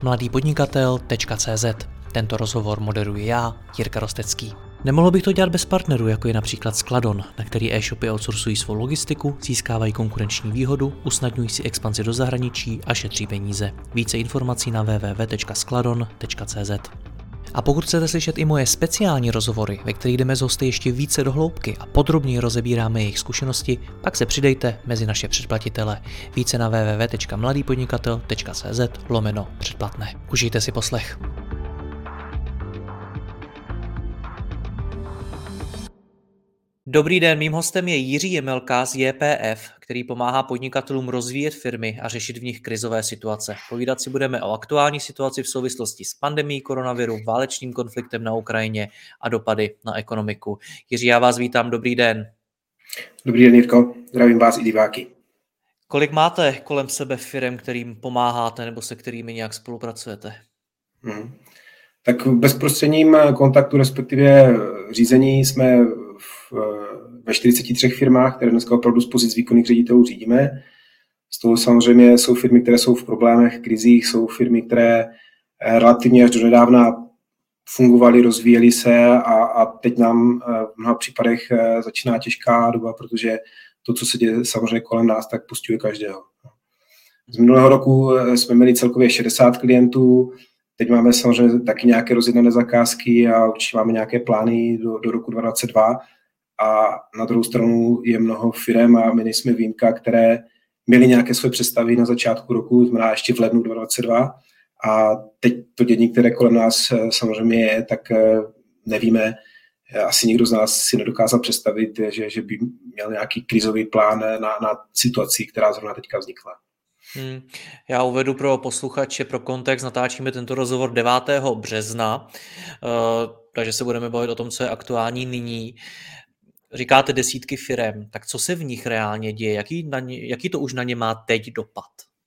mladýpodnikatel.cz. Tento rozhovor moderuji já, Jirka Rostecký. Nemohl bych to dělat bez partnerů, jako je například Skladon, na který e-shopy outsourcují svou logistiku, získávají konkurenční výhodu, usnadňují si expanzi do zahraničí a šetří peníze. Více informací na www.skladon.cz. A pokud chcete slyšet i moje speciální rozhovory, ve kterých jdeme s hosty ještě více do hloubky a podrobněji rozebíráme jejich zkušenosti, pak se přidejte mezi naše předplatitele. Více na www.mladýpodnikatel.cz/předplatné. Užijte si poslech. Dobrý den, mým hostem je Jiří Jemelka z JPF, který pomáhá podnikatelům rozvíjet firmy a řešit v nich krizové situace. Povídat si budeme o aktuální situaci v souvislosti s pandemií koronaviru, válečným konfliktem na Ukrajině a dopady na ekonomiku. Jiří, já vás vítám, dobrý den. Dobrý den, Jirko, zdravím vás i diváky. Kolik máte kolem sebe firem, kterým pomáháte nebo se kterými nějak spolupracujete? Tak v bezprostředním kontaktu, respektive řízení, jsme ve 43 firmách, které dneska opravdu z pozic výkonných ředitelů řídíme. Z toho samozřejmě jsou firmy, které jsou v problémech, krizích, jsou firmy, které relativně až do nedávna fungovaly, rozvíjely se a teď nám v mnoha případech začíná těžká doba, protože to, co se děje samozřejmě kolem nás, tak postihuje každého. Z minulého roku jsme měli celkově 60 klientů, teď máme samozřejmě taky nějaké rozjednané zakázky a určitě máme nějaké plány do roku 2022. A na druhou stranu je mnoho firem a my nejsme výjimka, které měly nějaké své představy na začátku roku, znamená ještě v lednu 2022. A teď to dění, které kolem nás samozřejmě je, tak nevíme, asi nikdo z nás si nedokázal představit, že by měl nějaký krizový plán na situaci, která zrovna teďka vznikla. Já uvedu pro posluchače, pro kontext, natáčíme tento rozhovor 9. března, takže se budeme bavit o tom, co je aktuální nyní. Říkáte desítky firem, tak co se v nich reálně děje? Jaký to už na ně má teď dopad?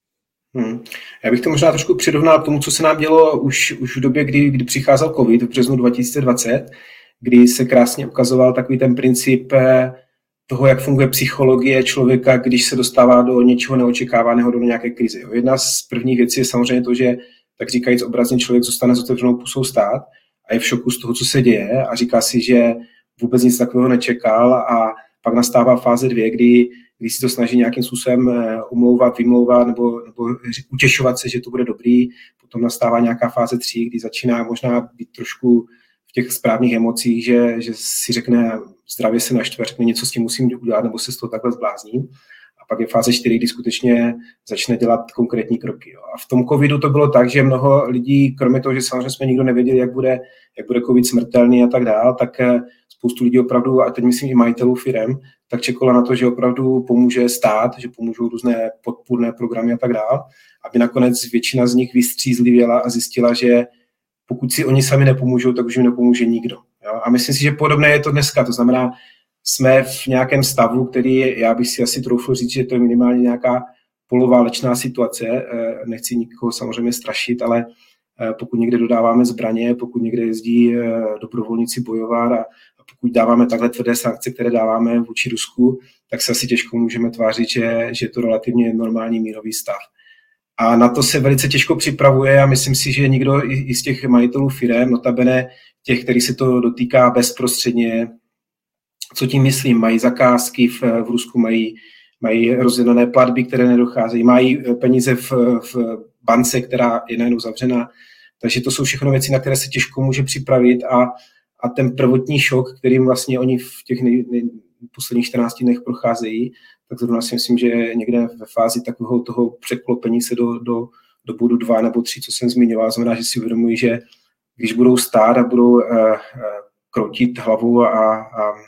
Já bych to možná trošku přirovnal k tomu, co se nám dělo už v době, kdy přicházel covid v březnu 2020, kdy se krásně ukazoval takový ten princip toho, jak funguje psychologie člověka, když se dostává do něčeho neočekávaného, do nějaké krize. Jedna z prvních věcí je samozřejmě to, že tak říkajíc obrazně člověk zůstane s otevřenou pusou stát a je v šoku z toho, co se děje a říká si, že vůbec nic takového nečekal a pak nastává fáze 2, kdy si to snaží nějakým způsobem umlouvat, vymlouvat nebo utěšovat se, že to bude dobrý. Potom nastává nějaká fáze 3, kdy začíná možná být trošku v těch správných emocích, že si řekne zdravě se naštve, řekne něco s tím musím udělat nebo se z toho takhle zblázním. A pak je fáze 4, kdy skutečně začne dělat konkrétní kroky. Jo. A v tom covidu to bylo tak, že mnoho lidí, kromě toho, že samozřejmě jsme nikdo nevěděli, jak bude covid smrtelný a tak dál, tak spoustu lidí opravdu, a teď myslím i majitelů firem, tak čekalo na to, že opravdu pomůže stát, že pomůžou různé podpůrné programy a tak dál, aby nakonec většina z nich vystřízlivěla a zjistila, že pokud si oni sami nepomůžou, tak už jim nepomůže nikdo. Jo. A myslím si, že podobné je to dneska, to znamená, jsme v nějakém stavu, který já bych si asi troufl říct, že to je minimálně nějaká poloválečná situace. Nechci nikoho samozřejmě strašit, ale pokud někde dodáváme zbraně, pokud někde jezdí dobrovolníci bojovat a pokud dáváme takhle tvrdé sankce, které dáváme vůči Rusku, tak se asi těžko můžeme tvářit, že je to relativně normální mírový stav. A na to se velice těžko připravuje a myslím si, že nikdo i z těch majitelů firem, notabene těch, který se to dotýká bezprostředně, co tím myslím, mají zakázky v Rusku, mají rozjednané platby, které nedocházejí, mají peníze v bance, která je najednou zavřená. Takže to jsou všechno věci, na které se těžko může připravit a ten prvotní šok, kterým vlastně oni v těch posledních 14 dnech procházejí, tak zrovna si myslím, že je někde ve fázi takového toho překlopení se do bodu 2 nebo 3, co jsem zmiňoval. Znamená, že si uvědomují, že když budou stát a budou kroutit hlavou a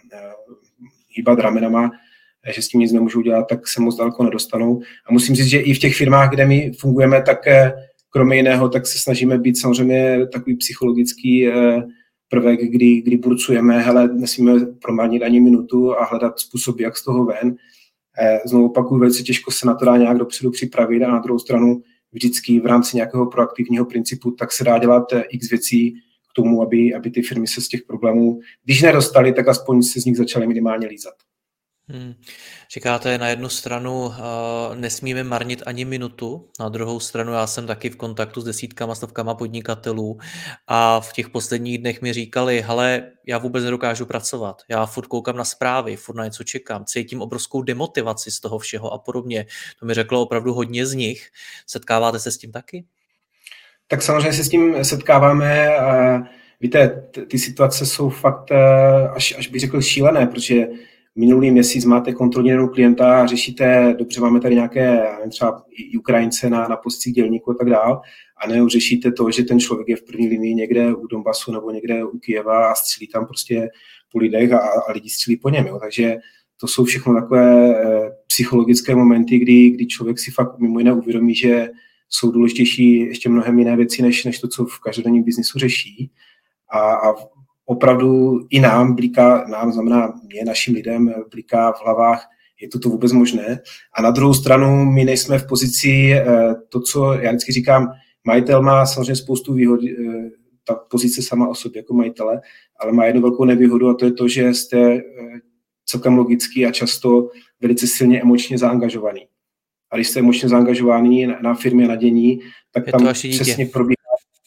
hýbat ramenama, že s tím nic nemůžou dělat, tak se moc daleko nedostanou. A musím říct, že i v těch firmách, kde my fungujeme, tak kromě jiného, tak se snažíme být samozřejmě takový psychologický prvek, kdy burcujeme, hele, nesmíme promarnit ani minutu a hledat způsob, jak z toho ven. Znovu opakuju, velice těžko se na to dá nějak dopředu připravit a na druhou stranu vždycky v rámci nějakého proaktivního principu tak se dá dělat x věcí k tomu, aby ty firmy se z těch problémů, když nedostali, tak aspoň se z nich začaly minimálně lízat. Říkáte na jednu stranu, nesmíme marnit ani minutu, na druhou stranu já jsem taky v kontaktu s desítkama, stovkama podnikatelů a v těch posledních dnech mi říkali, hele, já vůbec nedokážu pracovat, já furt koukám na zprávy, furt na něco čekám, cítím obrovskou demotivaci z toho všeho a podobně. To mi řeklo opravdu hodně z nich. Setkáváte se s tím taky? Tak samozřejmě se s tím setkáváme. Víte, ty situace jsou fakt, až bych řekl, šílené, protože minulý měsíc máte kontrolní radu klienta a řešíte, dobře, máme tady nějaké třeba i Ukrajince na postích dělníků a tak dál, a ne řešíte to, že ten člověk je v první linii někde u Donbasu nebo někde u Kyjeva a střílí tam prostě po lidech a lidi střílí po něm. Jo. Takže to jsou všechno takové psychologické momenty, kdy člověk si fakt mimo jiné uvědomí, že jsou důležitější ještě mnohem jiné věci, než to, co v každodenním biznisu řeší. A opravdu i nám znamená mě, našim lidem, bliká v hlavách, je to vůbec možné. A na druhou stranu my nejsme v pozici, to, co já vždycky říkám, majitel má samozřejmě spoustu výhod, ta pozice sama o sobě jako majitele, ale má jednu velkou nevýhodu a to je to, že jste celkem logicky a často velice silně emočně zaangažovaný. A když jste emočně zaangažovaný na firmě, na dění, tak tam přesně probíhá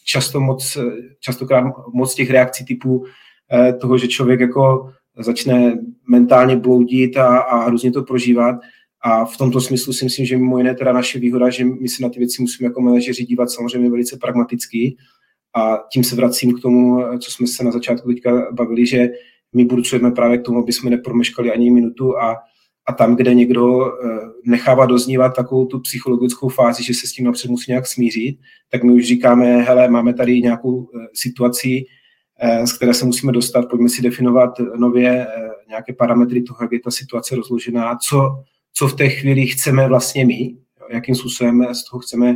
častokrát moc těch reakcí typu toho, že člověk jako začne mentálně bloudit a různě to prožívat. A v tomto smyslu si myslím, že mimo jiné teda naše výhoda, že my se na ty věci musíme jako manažeři dívat samozřejmě velice pragmaticky. A tím se vracím k tomu, co jsme se na začátku teďka bavili, že my burcujeme právě k tomu, aby jsme nepromeškali ani minutu a tam, kde někdo nechává doznívat takovou tu psychologickou fázi, že se s tím napřed musí nějak smířit, tak my už říkáme, hele, máme tady nějakou situaci, z které se musíme dostat, pojďme si definovat nově nějaké parametry toho, jak je ta situace rozložená, co v té chvíli chceme vlastně my, jakým způsobem z toho chceme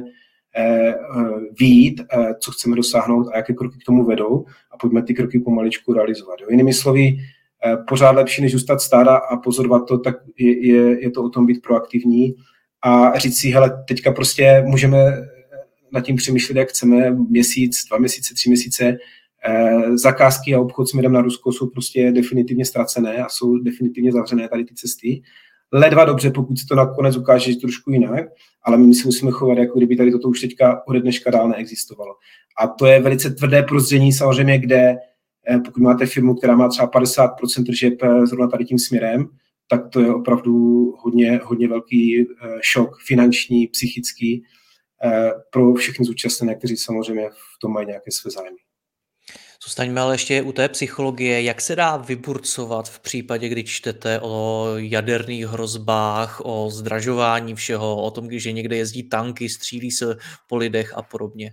vyjít, co chceme dosáhnout a jaké kroky k tomu vedou a pojďme ty kroky pomaličku realizovat. Jinými slovy, pořád lepší, než zůstat stáda a pozorovat to, tak je to o tom být proaktivní a říct si, hele, teďka prostě můžeme nad tím přemýšlet, jak chceme, měsíc, 2 měsíce, 3 měsíce, zakázky a obchod směrem na Rusko jsou prostě definitivně ztracené a jsou definitivně zavřené tady ty cesty. Ledva dobře, pokud se to nakonec ukáže, že trošku jinak, ale my si musíme chovat, jako kdyby tady toto už teďka ode dneška dál neexistovalo. A to je velice tvrdé prozření samozřejmě, kde pokud máte firmu, která má třeba 50% tržeb zrovna tady tím směrem, tak to je opravdu hodně velký šok finanční, psychický pro všechny zúčastněné, kteří samozřejmě v tom mají nějaké své zájmy. Zůstaňme ale ještě u té psychologie. Jak se dá vyburcovat v případě, kdy čtete o jaderných hrozbách, o zdražování všeho, o tom, že někde jezdí tanky, střílí se po lidech a podobně?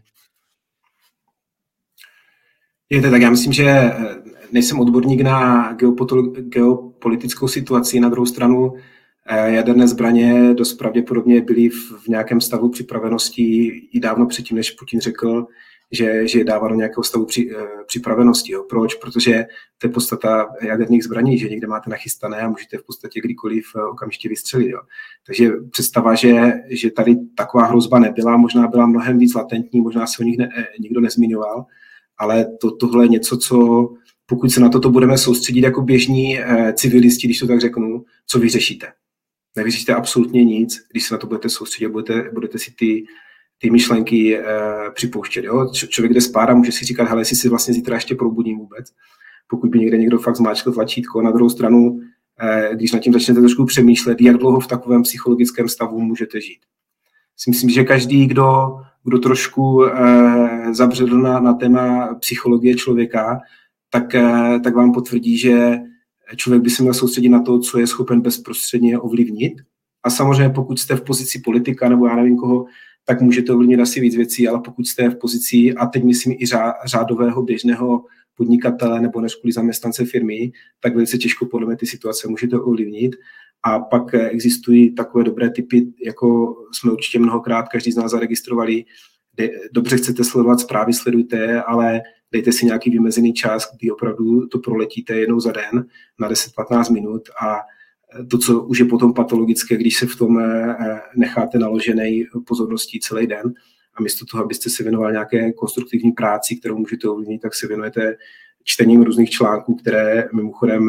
Tak já myslím, že nejsem odborník na geopolitickou situaci. Na druhou stranu jaderné zbraně dost pravděpodobně byly v nějakém stavu připravenosti i dávno předtím, než Putin řekl, že je dává do nějakého stavu připravenosti. Jo. Proč? Protože to je podstata jaderných zbraní, že někde máte nachystané a můžete v podstatě kdykoliv okamžitě vystřelit. Jo. Takže představa, že tady taková hrozba nebyla, možná byla mnohem víc latentní, možná se o nich nikdo nezmiňoval, ale tohle je něco, co pokud se na toto budeme soustředit jako běžní civilisti, když to tak řeknu, co vyřešíte? Nevyřešíte absolutně nic, když se na to budete soustředit, budete si ty myšlenky připouštět. Jo? Člověk jde spát a může si říkat, hele, jestli si vlastně zítra ještě probudím vůbec, pokud by někdo fakt zmáčkl tlačítko. Na druhou stranu, když nad tím začnete trošku přemýšlet, jak dlouho v takovém psychologickém stavu můžete žít. Myslím, že každý, kdo trošku zabředl na téma psychologie člověka, tak vám potvrdí, že člověk by se měl soustředit na to, co je schopen bezprostředně ovlivnit. A samozřejmě pokud jste v pozici politika nebo já nevím koho, tak můžete ovlivnit asi víc věcí, ale pokud jste v pozici, a teď myslím i řádového běžného podnikatele nebo než kvůli zaměstnance firmy, tak velice těžko podle mě ty situace můžete ovlivnit. A pak existují takové dobré typy, jako jsme určitě mnohokrát každý z nás zaregistrovali. Dobře chcete sledovat zprávy, sledujte, ale dejte si nějaký vymezený čas, kdy opravdu to proletíte jednou za den na 10-15 minut a to, co už je potom patologické, když se v tom necháte naloženej pozorností celý den a místo toho, abyste se věnovali nějaké konstruktivní práci, kterou můžete ovlivnit, tak se věnujete čtením různých článků, které mimochodem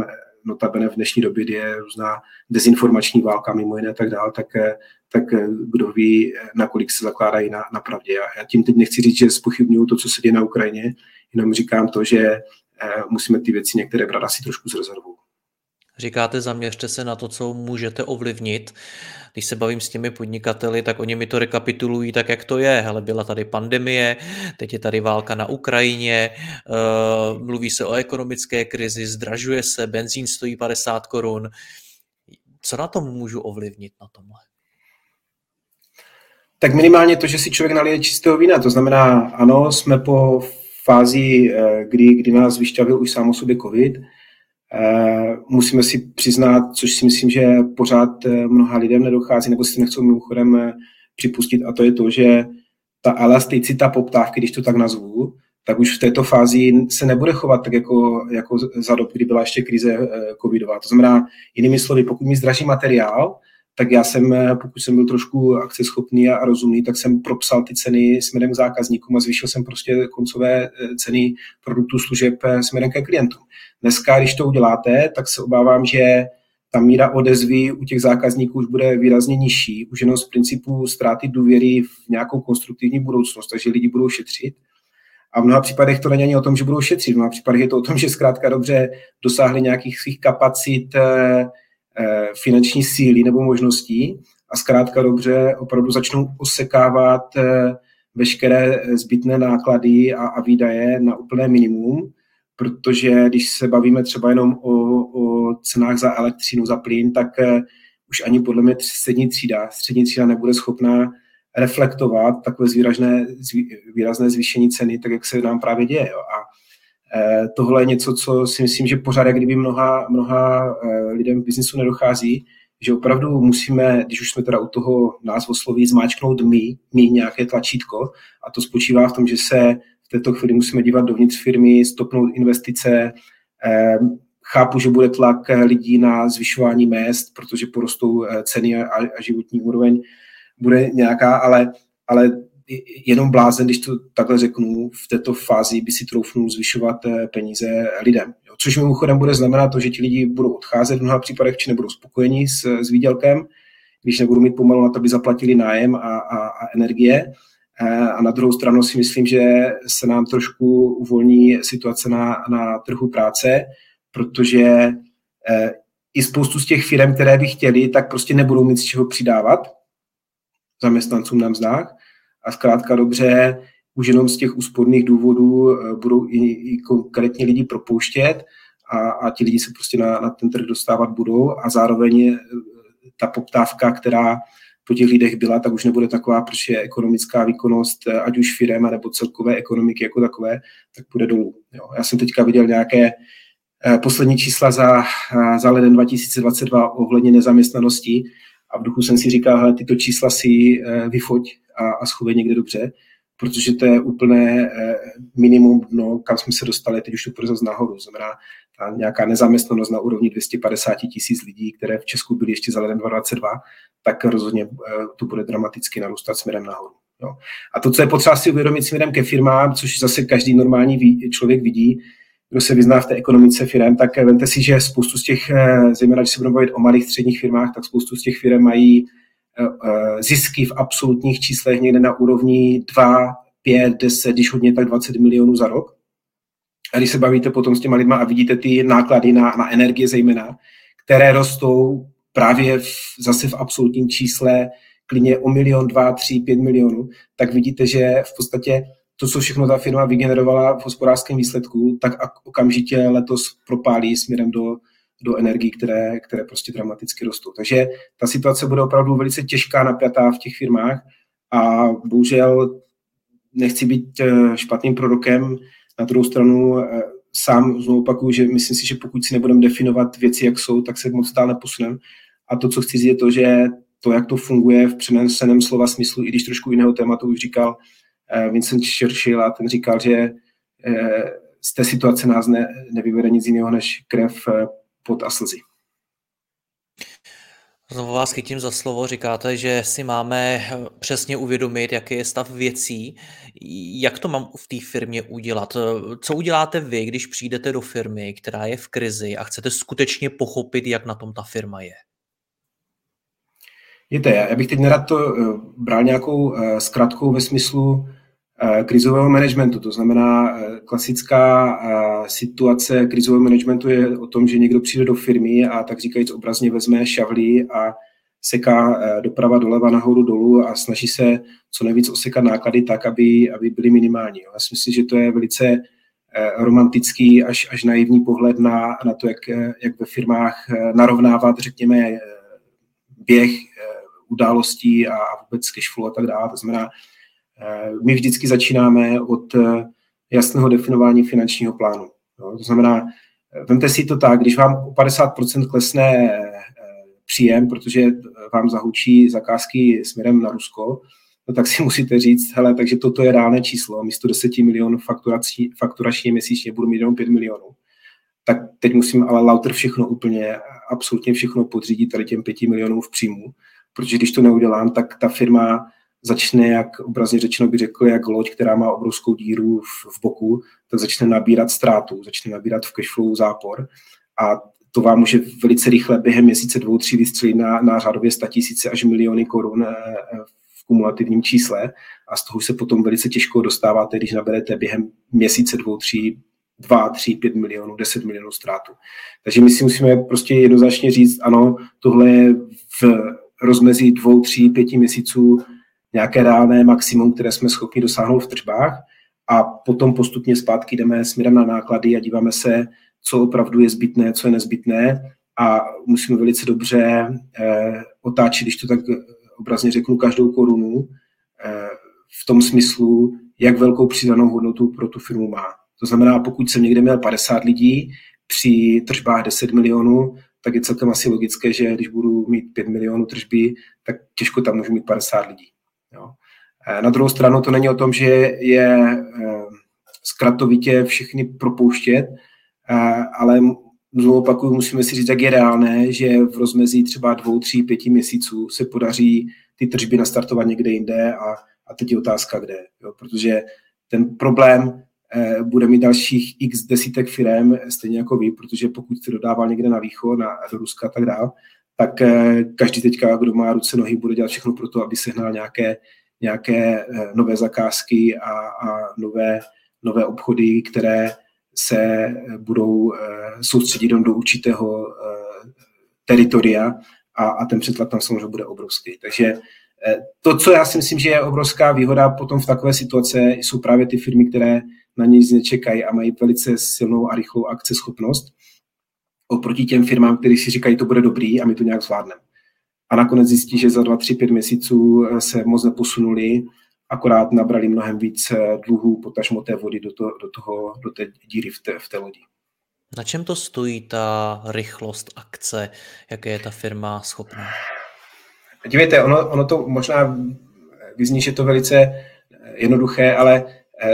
notabene v dnešní době, kdy je různá dezinformační válka mimo jiné tak dál, tak kdo ví, nakolik se zakládají na pravdě. Já tím teď nechci říct, že zpochybňuju to, co se děje na Ukrajině, jenom říkám to, že musíme ty věci některé brát asi trošku s rezervou. Říkáte, zaměřte se na to, co můžete ovlivnit. Když se bavím s těmi podnikateli, tak oni mi to rekapitulují tak, jak to je. Hele, byla tady pandemie, teď je tady válka na Ukrajině, mluví se o ekonomické krizi, zdražuje se, benzín stojí 50 korun. Co na tom můžu ovlivnit na tomhle? Tak minimálně to, že si člověk nalije čistého vína. To znamená, ano, jsme po fázi, kdy nás vyšťavil už sám o sobě covid. Musíme si přiznat, což si myslím, že pořád mnoha lidem nedochází, nebo si nechcou mimochodem připustit, a to je to, že ta elasticita poptávky, když to tak nazvu, tak už v této fázi se nebude chovat tak jako za dob, kdy byla ještě krize covidová. To znamená, jinými slovy, pokud mi zdraží materiál, tak já jsem, pokud jsem byl trošku akceschopný a rozumný, tak jsem propsal ty ceny směrem k zákazníkům a zvýšil jsem prostě koncové ceny produktů, služeb směrem ke klientům. Dneska, když to uděláte, tak se obávám, že ta míra odezvy u těch zákazníků už bude výrazně nižší, už jenom z principu ztráty důvěry v nějakou konstruktivní budoucnost, takže lidi budou šetřit. A v mnoha případech to není ani o tom, že budou šetřit, v mnoha případech je to o tom, že zkrátka dobře dosáhli nějakých svých kapacit, finanční síly nebo možností a zkrátka dobře opravdu začnou osekávat veškeré zbytné náklady a výdaje na úplné minimum, protože když se bavíme třeba jenom o cenách za elektřinu, za plyn, tak už ani podle mě střední třída nebude schopná reflektovat takové výrazné zvýšení ceny, tak jak se nám právě děje. Jo. A tohle je něco, co si myslím, že pořád, jak kdyby mnoha lidem v biznisu nedochází, že opravdu musíme, když už jsme teda u toho názvosloví, zmáčknout my nějaké tlačítko, a to spočívá v tom, že se v této chvíli musíme dívat dovnitř firmy, stopnout investice. Chápu, že bude tlak lidí na zvyšování mezd, protože porostou ceny a životní úroveň bude nějaká, ale jenom blázen, když to takhle řeknu, v této fázi by si troufnul zvyšovat peníze lidem. Což mimochodem bude znamenat to, že ti lidi budou odcházet v mnoha případech, či nebudou spokojení s výdělkem, když nebudou mít pomalu na to, aby zaplatili nájem a energie. A na druhou stranu si myslím, že se nám trošku uvolní situace na trhu práce, protože i spoustu z těch firm, které by chtěli, tak prostě nebudou mít z čeho přidávat zaměstnancům na mzdách. A zkrátka dobře, už jenom z těch úsporných důvodů budou i konkrétně lidi propouštět a ti lidi se prostě na ten trh dostávat budou a zároveň ta poptávka, která po těch lidech byla, tak už nebude taková, protože ekonomická výkonnost, ať už firem, nebo celkové ekonomiky jako takové, tak půjde dolů. Jo. Já jsem teďka viděl nějaké poslední čísla za leden 2022 ohledně nezaměstnanosti a v duchu jsem si říkal, hele, tyto čísla si vyfoť a schovej někde dobře, protože to je úplné minimum, kam jsme se dostali, teď už to půjde zase nahoru. Znamená ta nějaká nezaměstnanost na úrovni 250 000 lidí, které v Česku byly ještě za leden 2022, tak rozhodně to bude dramaticky narůstat směrem nahoru. Jo. A to, co je potřeba si uvědomit směrem ke firmám, což zase každý normální člověk vidí, kdo se vyzná v té ekonomice firm, tak vemte si, že spoustu z těch, zejména když se budeme bavit o malých středních firmách, tak spoustu z těch firm mají zisky v absolutních číslech někde na úrovni 2, 5, 10, když hodně, tak 20 milionů za rok. A když se bavíte potom s těma lidma a vidíte ty náklady na energie zejména, které rostou právě zase v absolutním čísle klidně o 1 milion, 2, 3, 5 milionů, tak vidíte, že v podstatě to, co všechno ta firma vygenerovala v hospodářském výsledku, tak okamžitě letos propálí směrem do energií, které prostě dramaticky rostou. Takže ta situace bude opravdu velice těžká, napjatá v těch firmách a bohužel nechci být špatným prorokem. Na druhou stranu sám znovu opakuju, že myslím si, že pokud si nebudeme definovat věci, jak jsou, tak se moc dál neposuneme. A to, co chci říct, je to, že to, jak to funguje v přeneseném slova smyslu, i když trošku jiného tématu už říkal Vincent Churchill, a ten říkal, že z té situace nás nevyvede nic jiného než krev, pot a slzy. Znovu vás chytím za slovo, říkáte, že si máme přesně uvědomit, jaký je stav věcí. Jak to mám v té firmě udělat? Co uděláte vy, když přijdete do firmy, která je v krizi a chcete skutečně pochopit, jak na tom ta firma je? Víte, já bych teď nerad to bral nějakou zkratkou ve smyslu krizového managementu. To znamená, klasická situace krizového managementu je o tom, že někdo přijde do firmy a tak říkajíc obrazně vezme šavlí a seká doprava, doleva, nahoru, dolů a snaží se co nejvíc osekat náklady tak, aby byly minimální. Já si myslím, že to je velice romantický až naivní pohled na to, jak ve firmách narovnávat, řekněme, běh událostí a vůbec cashflow a tak dále. To znamená, my vždycky začínáme od jasného definování finančního plánu. To znamená, vemte si to tak, když vám o 50% klesne příjem, protože vám zahučí zakázky směrem na Rusko, no tak si musíte říct, hele, takže toto je reálné číslo, místo 10 milionů fakturačně měsíčně budu mít jenom 5 milionů. Tak teď musím ale lauter všechno úplně, absolutně všechno podřídit tady těm 5 milionů v příjmu, protože když to neudělám, tak ta firma začne, jak obrazně řečeno bych řekl, jak loď, která má obrovskou díru v boku, tak začne nabírat ztrátu, začne nabírat v cashflow zápor a to vám může velice rychle během měsíce 2-3 vystřelit na řádově 100 000 až miliony korun v kumulativním čísle a z toho se potom velice těžko dostáváte, když naberete během měsíce 2, 3, 5 milionů, 10 milionů ztrátu. Takže my si musíme prostě jednoznačně říct, ano, tohle je v rozmezí 2, 3, 5 měsíců nějaké reálné maximum, které jsme schopni dosáhnout v tržbách a potom postupně zpátky jdeme směrem na náklady a díváme se, co opravdu je zbytné, co je nezbytné a musíme velice dobře otáčet, když to tak obrazně řeknu, každou korunu v tom smyslu, jak velkou přidanou hodnotu pro tu firmu má. To znamená, pokud jsem někde měl 50 lidí při tržbách 10 milionů, tak je celkem asi logické, že když budu mít 5 milionů tržby, tak těžko tam můžu mít 50 lidí. Jo. Na druhou stranu to není o tom, že je zkratovitě všechny propouštět, ale znovu opakuju, musíme si říct, jak je reálné, že v rozmezí třeba 2, 3, 5 měsíců se podaří ty tržby nastartovat někde jinde a teď je otázka kde. Jo. Protože ten problém bude mít dalších x desítek firem, stejně jako vy, protože pokud jste dodával někde na východ, do Ruska a tak dále, tak každý teďka, kdo má ruce, nohy, bude dělat všechno pro to, aby sehnal nějaké nové zakázky a nové obchody, které se budou soustředit do určitého teritoria a ten přetlak tam samozřejmě bude obrovský. Takže to, co já si myslím, že je obrovská výhoda potom v takové situace, jsou právě ty firmy, které na nic nečekají a mají velice silnou a rychlou akceschopnost oproti těm firmám, které si říkají, to bude dobrý a my to nějak zvládneme. A nakonec zjistí, že za 2, 3, 5 měsíců se moc neposunuli, akorát nabrali mnohem víc dluhů, potažmo té vody do té díry v té lodi. Na čem to stojí ta rychlost akce? Jaké je ta firma schopná? Dívejte, ono to možná vyzní, že to velice jednoduché, ale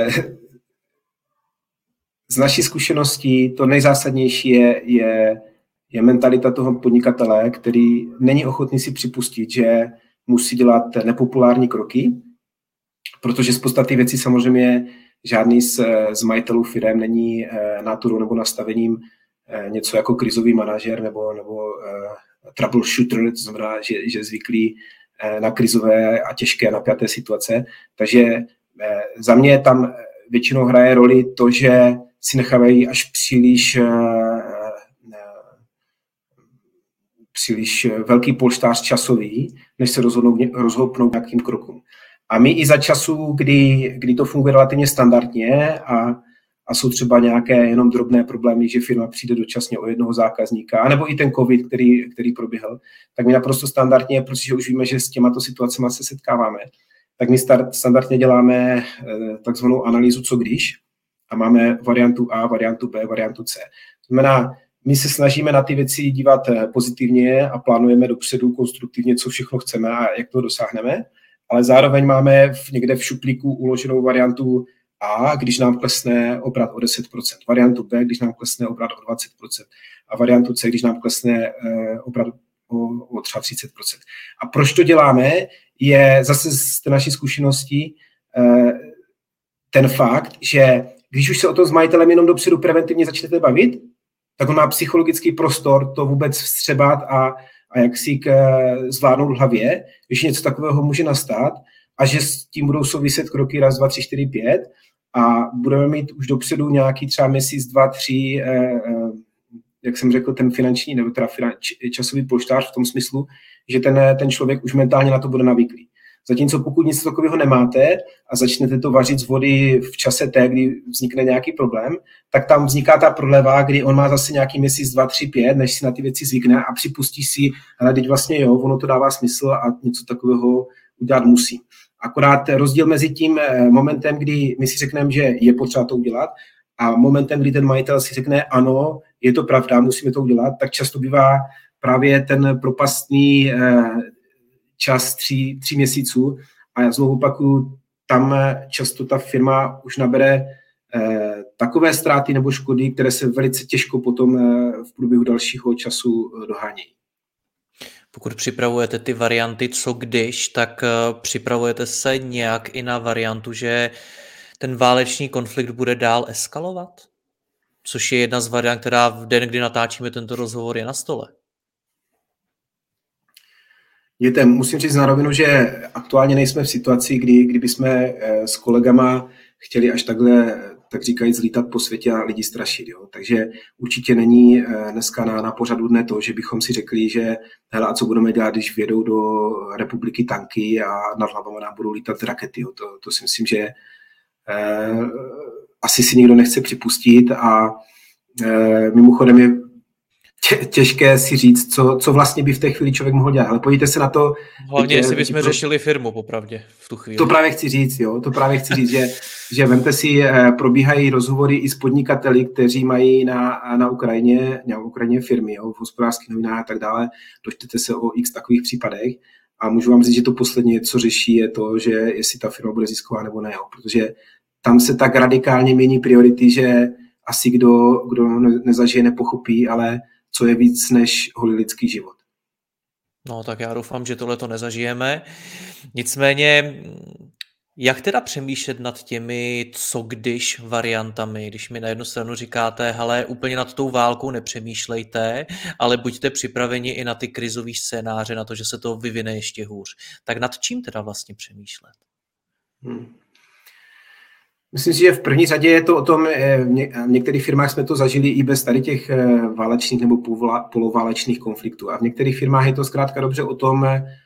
z naší zkušeností to nejzásadnější je mentalita toho podnikatele, který není ochotný si připustit, že musí dělat nepopulární kroky, protože z podstaty věcí samozřejmě žádný z majitelů firem není náturou nebo nastavením něco jako krizový manažer nebo troubleshooter, to znamená, že zvyklí na krizové a těžké napjaté situace. Takže za mě tam většinou hraje roli to, že si nechávají až příliš velký polštář časový, než se rozhoupnou nějakým krokům. A my i za času, kdy to funguje relativně standardně a jsou třeba nějaké jenom drobné problémy, že firma přijde dočasně o jednoho zákazníka, anebo i ten covid, který proběhl, tak my naprosto standardně, protože už víme, že s těmato situacemi se setkáváme, tak my standardně děláme takzvanou analýzu co když a máme variantu A, variantu B, variantu C. To znamená, my se snažíme na ty věci dívat pozitivně a plánujeme dopředu konstruktivně, co všechno chceme a jak to dosáhneme, ale zároveň máme někde v šuplíku uloženou variantu A, když nám klesne obrat o 10%, variantu B, když nám klesne obrat o 20% a variantu C, když nám klesne obrat o třeba 30%. A proč to děláme, je zase z té naší zkušenosti ten fakt, že když už se o tom s majitelem jenom dopředu preventivně začnete bavit, tak on má psychologický prostor to vůbec vstřebat a jak si zvládnout v hlavě, když něco takového může nastat a že s tím budou souviset kroky 1, 2, 3, 4, 5 a budeme mít už dopředu nějaký třeba měsíc, 2, 3, jak jsem řekl, ten finanční nebo teda časový polštář v tom smyslu, že ten člověk už mentálně na to bude navyklý. Zatímco pokud nic takového nemáte a začnete to vařit z vody v čase té, kdy vznikne nějaký problém, tak tam vzniká ta prodleva, kdy on má zase nějaký měsíc, 2, 3, 5, než si na ty věci zvykne a připustí si, ale teď vlastně jo, ono to dává smysl a něco takového udělat musím. Akorát rozdíl mezi tím momentem, kdy my si řekneme, že je potřeba to udělat, a momentem, kdy ten majitel si řekne, ano, je to pravda, musíme to udělat, tak často bývá právě ten propastný čas 3 měsíců. A já znovu opakuju, tam často ta firma už nabere takové ztráty nebo škody, které se velice těžko potom v průběhu dalšího času dohánějí. Pokud připravujete ty varianty co když, tak připravujete se nějak i na variantu, že ten válečný konflikt bude dál eskalovat? Což je jedna z variant, která v den, kdy natáčíme tento rozhovor, je na stole. Musím říct na rovinu, že aktuálně nejsme v situaci, kdy bychom s kolegama chtěli až takhle, tak říkajíc, zlítat po světě a lidi strašit. Jo. Takže určitě není dneska na pořadu dne to, že bychom si řekli, že hele, a co budeme dělat, když vjedou do republiky tanky a nad hlavama nám budou lítat rakety. Jo. To si myslím, že asi si nikdo nechce připustit a mimochodem je těžké si říct, co vlastně by v té chvíli člověk mohl dělat. Ale podívejte se na to. Hlavně, jestli bychom řešili firmu, popravdě, v tu chvíli. To právě chci říct, že vemte si, probíhají rozhovory i s podnikateli, kteří mají na Ukrajině firmy, jo, v hospodářských novinách a tak dále. Dočtete se o x takových případech a můžu vám říct, že to poslední, co řeší, je to, že jestli ta firma bude zisková nebo ne, jo, protože tam se tak radikálně mění priority, že asi kdo nezažije, nepochopí, ale co je víc než holý lidský život. No tak já doufám, že tohle to nezažijeme. Nicméně, jak teda přemýšlet nad těmi co když variantami, když mi na jednu stranu říkáte, hele, úplně nad tou válkou nepřemýšlejte, ale buďte připraveni i na ty krizový scénáře, na to, že se to vyvine ještě hůř. Tak nad čím teda vlastně přemýšlet? Myslím si, že v první řadě je to o tom, v některých firmách jsme to zažili i bez tady těch válečných nebo poloválečných konfliktů. A v některých firmách je to zkrátka dobře o tom,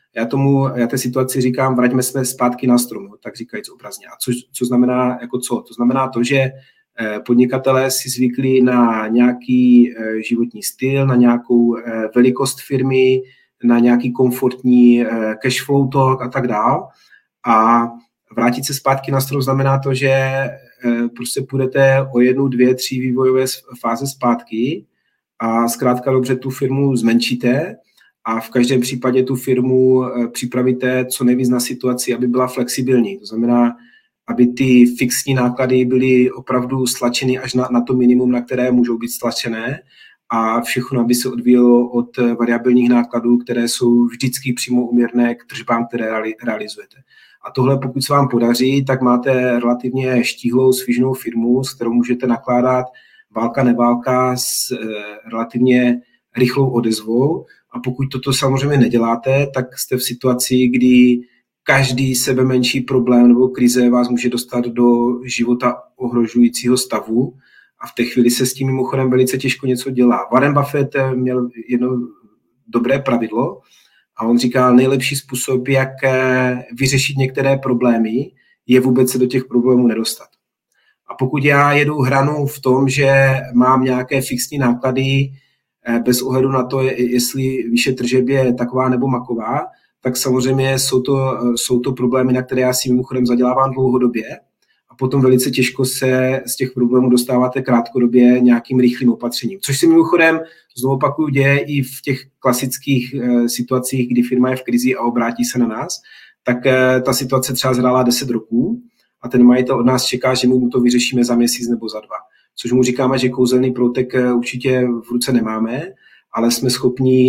já té situaci říkám, vraťme jsme zpátky na strom, tak říkajíc obrazně. A co znamená, jako co? To znamená to, že podnikatelé si zvykli na nějaký životní styl, na nějakou velikost firmy, na nějaký komfortní cash flow talk a tak dál. A vrátit se zpátky na strom znamená to, že prostě půjdete o 1, 2, 3 vývojové fáze zpátky a zkrátka dobře tu firmu zmenšíte a v každém případě tu firmu připravíte co nejvíc na situaci, aby byla flexibilní. To znamená, aby ty fixní náklady byly opravdu stlačeny až na to minimum, na které můžou být stlačené a všechno, aby se odvíjelo od variabilních nákladů, které jsou vždycky přímo úměrné k tržbám, které realizujete. A tohle, pokud se vám podaří, tak máte relativně štíhlou, svižnou firmu, s kterou můžete nakládat válka, neválka s relativně rychlou odezvou. A pokud toto samozřejmě neděláte, tak jste v situaci, kdy každý sebemenší problém nebo krize vás může dostat do života ohrožujícího stavu a v té chvíli se s tím mimochodem velice těžko něco dělá. Warren Buffett měl jedno dobré pravidlo, a on říkal, nejlepší způsob, jak vyřešit některé problémy, je vůbec se do těch problémů nedostat. A pokud já jedu hranu v tom, že mám nějaké fixní náklady bez ohledu na to, jestli výše tržeb je taková nebo maková, tak samozřejmě jsou to problémy, na které já si mimochodem zadělávám dlouhodobě a potom velice těžko se z těch problémů dostáváte krátkodobě nějakým rychlým opatřením. Což se mimochodem, znovu opakuju, děje i v těch klasických situacích, kdy firma je v krizi a obrátí se na nás, tak ta situace třeba zhrála 10 roků a ten majitel od nás čeká, že mu to vyřešíme za měsíc nebo za 2. Což mu říkáme, že kouzelný proutek určitě v ruce nemáme, ale jsme schopni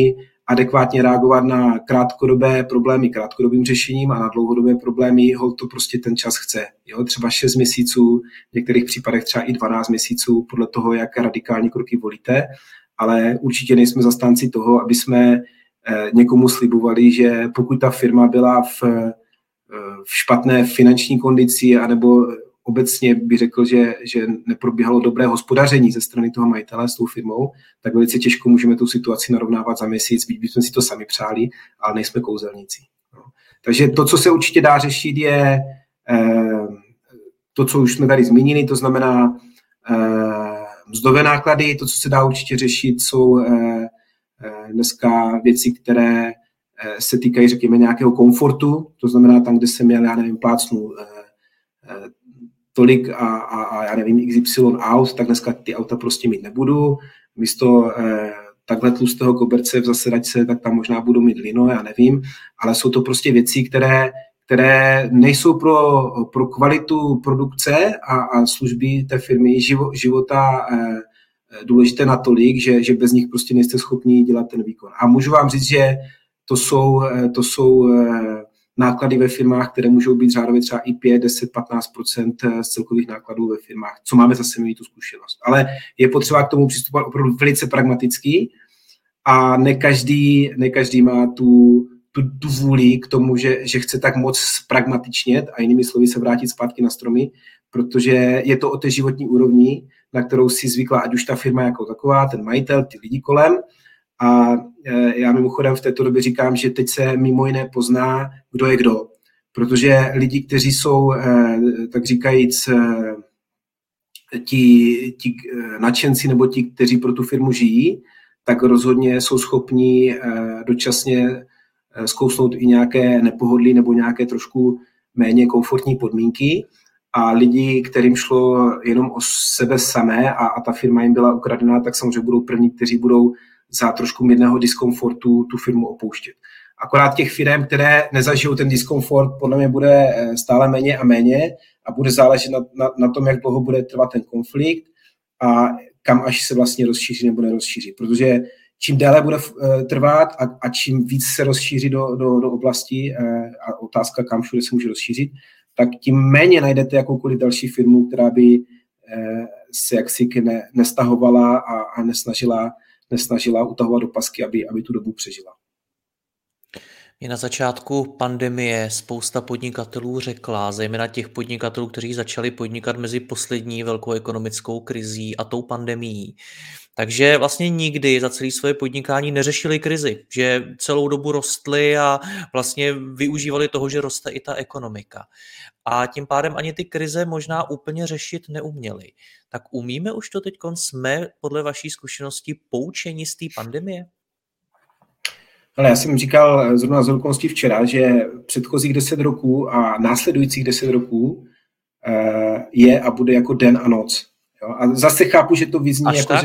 adekvátně reagovat na krátkodobé problémy krátkodobým řešením a na dlouhodobé problémy to prostě ten čas chce. Jo? Třeba 6 měsíců, v některých případech třeba i 12 měsíců, podle toho, jak radikální kroky volíte, ale určitě nejsme zastánci toho, aby jsme někomu slibovali, že pokud ta firma byla v špatné finanční kondici, anebo obecně bych řekl, že neprobíhalo dobré hospodaření ze strany toho majitele s tou firmou, tak velice těžko můžeme tu situaci narovnávat za měsíc, byť bychom si to sami přáli, ale nejsme kouzelníci. No. Takže to, co se určitě dá řešit, je to, co už jsme tady zmínili, to znamená mzdové náklady. To, co se dá určitě řešit, jsou dneska věci, které se týkají, řekněme, nějakého komfortu, to znamená tam, kde jsem měl, já nevím, plácnu tolik a já nevím, XY aut, tak dneska ty auta prostě mít nebudu. Místo takhle tlustého koberce v zasedačce, tak tam možná budu mít lino, já nevím, ale jsou to prostě věci, které nejsou pro kvalitu produkce a služby té firmy života důležité natolik, že bez nich prostě nejste schopni dělat ten výkon. A můžu vám říct, že to jsou náklady ve firmách, které můžou být řádově třeba i 5, 10, 15% z celkových nákladů ve firmách, co máme zase mít tu zkušenost. Ale je potřeba k tomu přistupovat opravdu velice pragmaticky a ne každý má tu vůli k tomu, že chce tak moc pragmatičnět a jinými slovy se vrátit zpátky na stromy, protože je to o té životní úrovni, na kterou si zvykla ať už ta firma jako taková, ten majitel, ty lidi kolem. A já mimochodem v této době říkám, že teď se mimo jiné pozná, kdo je kdo. Protože lidi, kteří jsou, tak říkajíc, ti nadšenci nebo ti, kteří pro tu firmu žijí, tak rozhodně jsou schopni dočasně zkousnout i nějaké nepohodlí nebo nějaké trošku méně komfortní podmínky. A lidi, kterým šlo jenom o sebe samé a ta firma jim byla ukradená, tak samozřejmě budou první, kteří budou za trošku mírného diskomfortu tu firmu opouštět. Akorát těch firm, které nezažijou ten diskomfort, podle mě bude stále méně a méně a bude záležet na tom, jak dlouho bude trvat ten konflikt a kam až se vlastně rozšíří nebo nerozšíří. Protože čím déle bude trvat a čím víc se rozšíří do oblasti a otázka, kam všude se může rozšířit, tak tím méně najdete jakoukoliv další firmu, která by se jaksi nestahovala a nesnažila utahovat do pasky, aby tu dobu přežila. I na začátku pandemie spousta podnikatelů řekla, zejména těch podnikatelů, kteří začali podnikat mezi poslední velkou ekonomickou krizí a tou pandemií. Takže vlastně nikdy za celé svoje podnikání neřešili krizi, že celou dobu rostly a vlastně využívali toho, že roste i ta ekonomika. A tím pádem ani ty krize možná úplně řešit neuměli. Tak umíme už to teď, jsme podle vaší zkušenosti poučeni z té pandemie? Ale já jsem říkal zrovna z okolností včera, že předchozích 10 roků a následujících 10 roků je a bude jako den a noc. Jo? A zase chápu, že to vyzní jako,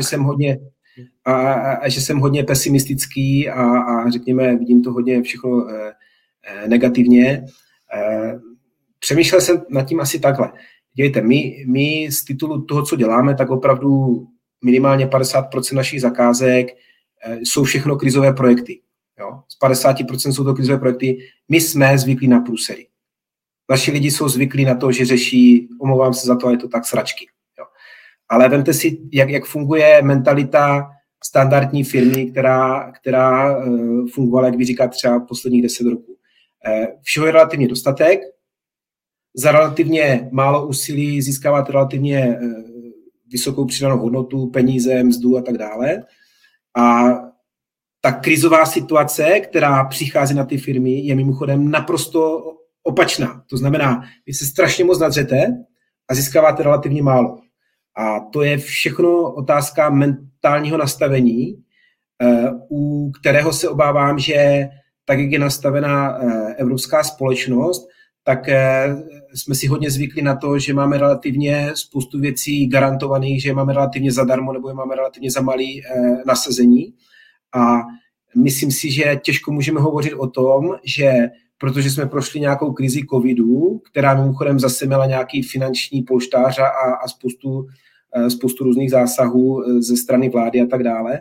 že jsem hodně pesimistický a řekněme, vidím to hodně všechno negativně. Přemýšlel jsem nad tím asi takhle. Dějte, my z titulu toho, co děláme, tak opravdu minimálně 50% našich zakázek jsou všechno krizové projekty. Jo? Z 50% jsou to krizové projekty. My jsme zvyklí na průsery. Naši lidi jsou zvyklí na to, že řeší, omlouvám se za to, ale je to tak sračky. Jo? Ale vemte si, jak funguje mentalita standardní firmy, která fungovala, jak vy říkáte, třeba posledních 10 roků. Všeho je relativně dostatek, za relativně málo úsilí získáváte relativně vysokou přidanou hodnotu, peníze, mzdu a tak dále. A ta krizová situace, která přichází na ty firmy, je mimochodem naprosto opačná. To znamená, vy se strašně moc nadřete a získáváte relativně málo. A to je všechno otázka mentálního nastavení, u kterého se obávám, že tak, jak je nastavená evropská společnost, tak jsme si hodně zvykli na to, že máme relativně spoustu věcí garantovaných, že je máme relativně zadarmo nebo je máme relativně za malý nasazení. A myslím si, že těžko můžeme hovořit o tom, že protože jsme prošli nějakou krizi covidu, která mimochodem zase měla nějaký finanční polštář a spoustu různých zásahů ze strany vlády a tak dále,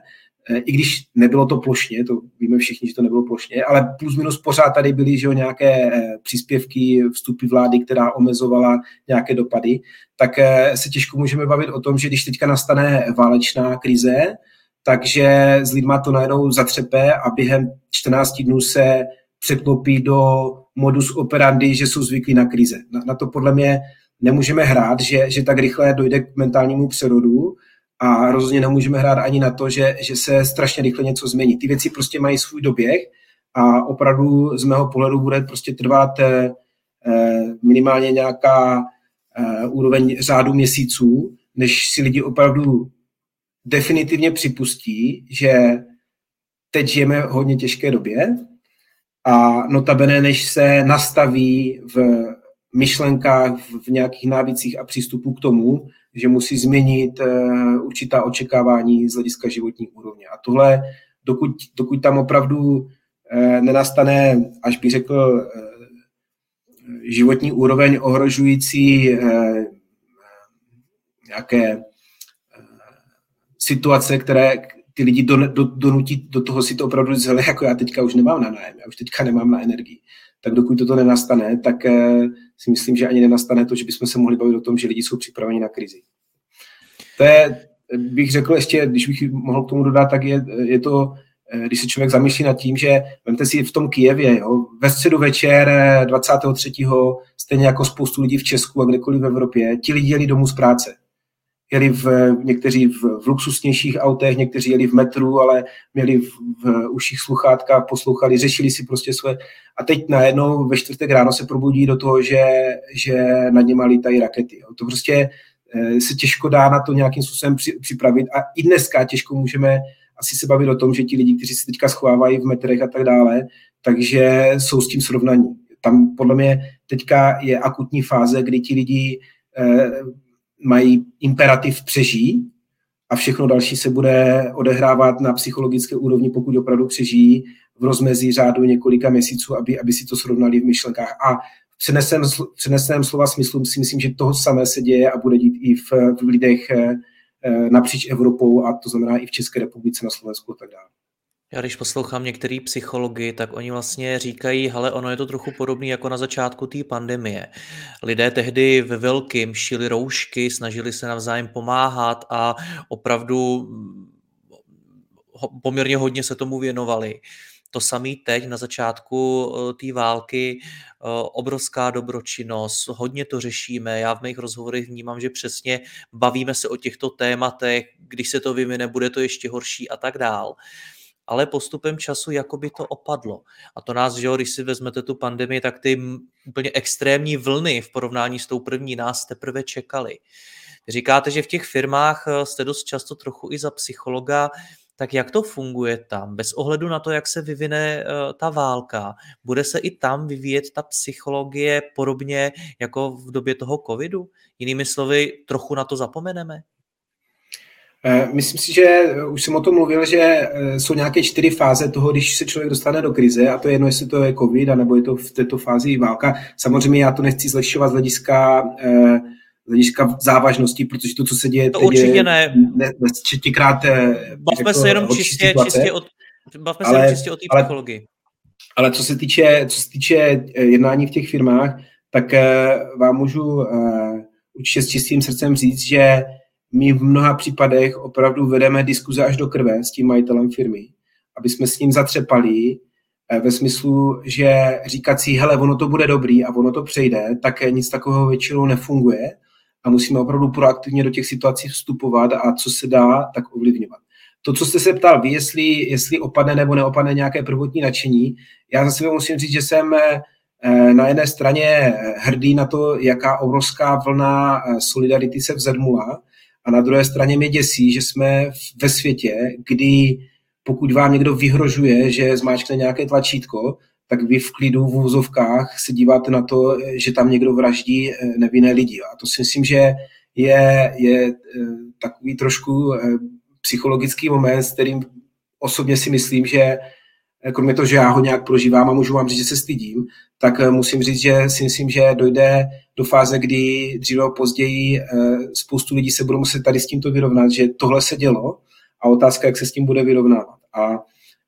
i když nebylo to plošně, to víme všichni, že to nebylo plošně, ale plus minus pořád tady byly, že nějaké příspěvky, vstupy vlády, která omezovala nějaké dopady, tak se těžko můžeme bavit o tom, že když teďka nastane válečná krize, takže s lidma to najednou zatřepe a během 14 dnů se překlopí do modus operandi, že jsou zvyklí na krize. Na to podle mě nemůžeme hrát, že tak rychle dojde k mentálnímu přerodu a rozhodně nemůžeme hrát ani na to, že se strašně rychle něco změní. Ty věci prostě mají svůj doběh a opravdu z mého pohledu bude prostě trvat minimálně nějaká úroveň řádu měsíců, než si lidi opravdu definitivně připustí, že teď žijeme v hodně těžké době a notabene, než se nastaví v myšlenkách, v nějakých návycích a přístupů k tomu, že musí změnit určitá očekávání z hlediska životní úrovně. A tohle, dokud tam opravdu nenastane, až bych řekl, životní úroveň ohrožující nějaké situace, které ty lidi donutí do toho si to opravdu zhele, jako já teďka už nemám na nájem, já už teďka nemám na energii. Tak dokud toto nenastane, tak si myslím, že ani nenastane to, že bychom se mohli bavit o tom, že lidi jsou připraveni na krizi. To je, bych řekl ještě, když bych mohl k tomu dodat, tak je to, když se člověk zamýšlí nad tím, že vemte si v tom Kyjevě, jo, ve středu večer 23. stejně jako spoustu lidí v Česku a kdekoliv v Evropě, ti lidi jeli domů z práce. Jeli někteří v luxusnějších autech, někteří jeli v metru, ale měli v uších sluchátka, poslouchali, řešili si prostě svoje. A teď najednou ve čtvrtek ráno se probudí do toho, že nad něma lítají rakety. To prostě se těžko dá na to nějakým způsobem připravit a i dneska těžko můžeme asi se bavit o tom, že ti lidi, kteří se teďka schovávají v metrech a tak dále, takže jsou s tím srovnaní. Tam podle mě teďka je akutní fáze, kdy ti lidi mají imperativ přežít a všechno další se bude odehrávat na psychologické úrovni, pokud opravdu přežijí v rozmezí řádu několika měsíců, aby si to srovnali v myšlenkách. A v přeneseném slova smyslu si myslím, že toho samé se děje a bude dít i v lidech napříč Evropou, a to znamená i v České republice, na Slovensku a tak dále. Já když poslouchám některý psychologi, tak oni vlastně říkají, hele, ono je to trochu podobné jako na začátku té pandemie. Lidé tehdy ve velkým šili roušky, snažili se navzájem pomáhat a opravdu poměrně hodně se tomu věnovali. To samé teď na začátku té války, obrovská dobročinnost, hodně to řešíme. Já v mých rozhovorech vnímám, že přesně bavíme se o těchto tématech, když se to vyvine, bude to ještě horší a tak dál. Ale postupem času jakoby to opadlo. A to nás, že když si vezmete tu pandemii, tak ty úplně extrémní vlny v porovnání s tou první nás teprve čekaly. Říkáte, že v těch firmách jste dost často trochu i za psychologa, tak jak to funguje tam? Bez ohledu na to, jak se vyvine ta válka, bude se i tam vyvíjet ta psychologie podobně jako v době toho covidu? Jinými slovy, trochu na to zapomeneme? Myslím si, že už jsem o tom mluvil, že jsou nějaké 4 fáze toho, když se člověk dostane do krize, a to je jedno, jestli to je covid, anebo je to v této fázi válka. Samozřejmě já to nechci zlehčovat z hlediska závažnosti, protože to, co se děje to teď, určitě ne. Čtyřikrát bavme se jenom čistě o té psychologii. Ale co se týče jednání v těch firmách, tak vám můžu určitě s čistým srdcem říct, že my v mnoha případech opravdu vedeme diskuze až do krve s tím majitelem firmy, aby jsme s ním zatřepali ve smyslu, že říkat si, hele, ono to bude dobrý a ono to přejde, tak nic takového většinou nefunguje a musíme opravdu proaktivně do těch situací vstupovat a co se dá, tak ovlivňovat. To, co jste se ptal vy, jestli opadne nebo neopadne nějaké prvotní nadšení, já za sebe musím říct, že jsem na jedné straně hrdý na to, jaká obrovská vlna solidarity se vzedmula, a na druhé straně mě děsí, že jsme ve světě, kdy pokud vám někdo vyhrožuje, že zmáčkne nějaké tlačítko, tak vy v klidu v úvozovkách se díváte na to, že tam někdo vraždí nevinné lidi. A to si myslím, že je takový trošku psychologický moment, s kterým osobně si myslím, že kromě toho, že já ho nějak prožívám a můžu vám říct, že se stydím, tak musím říct, že si myslím, že dojde do fáze, kdy dříve nebo později spoustu lidí se budou muset tady s tímto vyrovnat, že tohle se dělo a otázka, jak se s tím bude vyrovnávat. A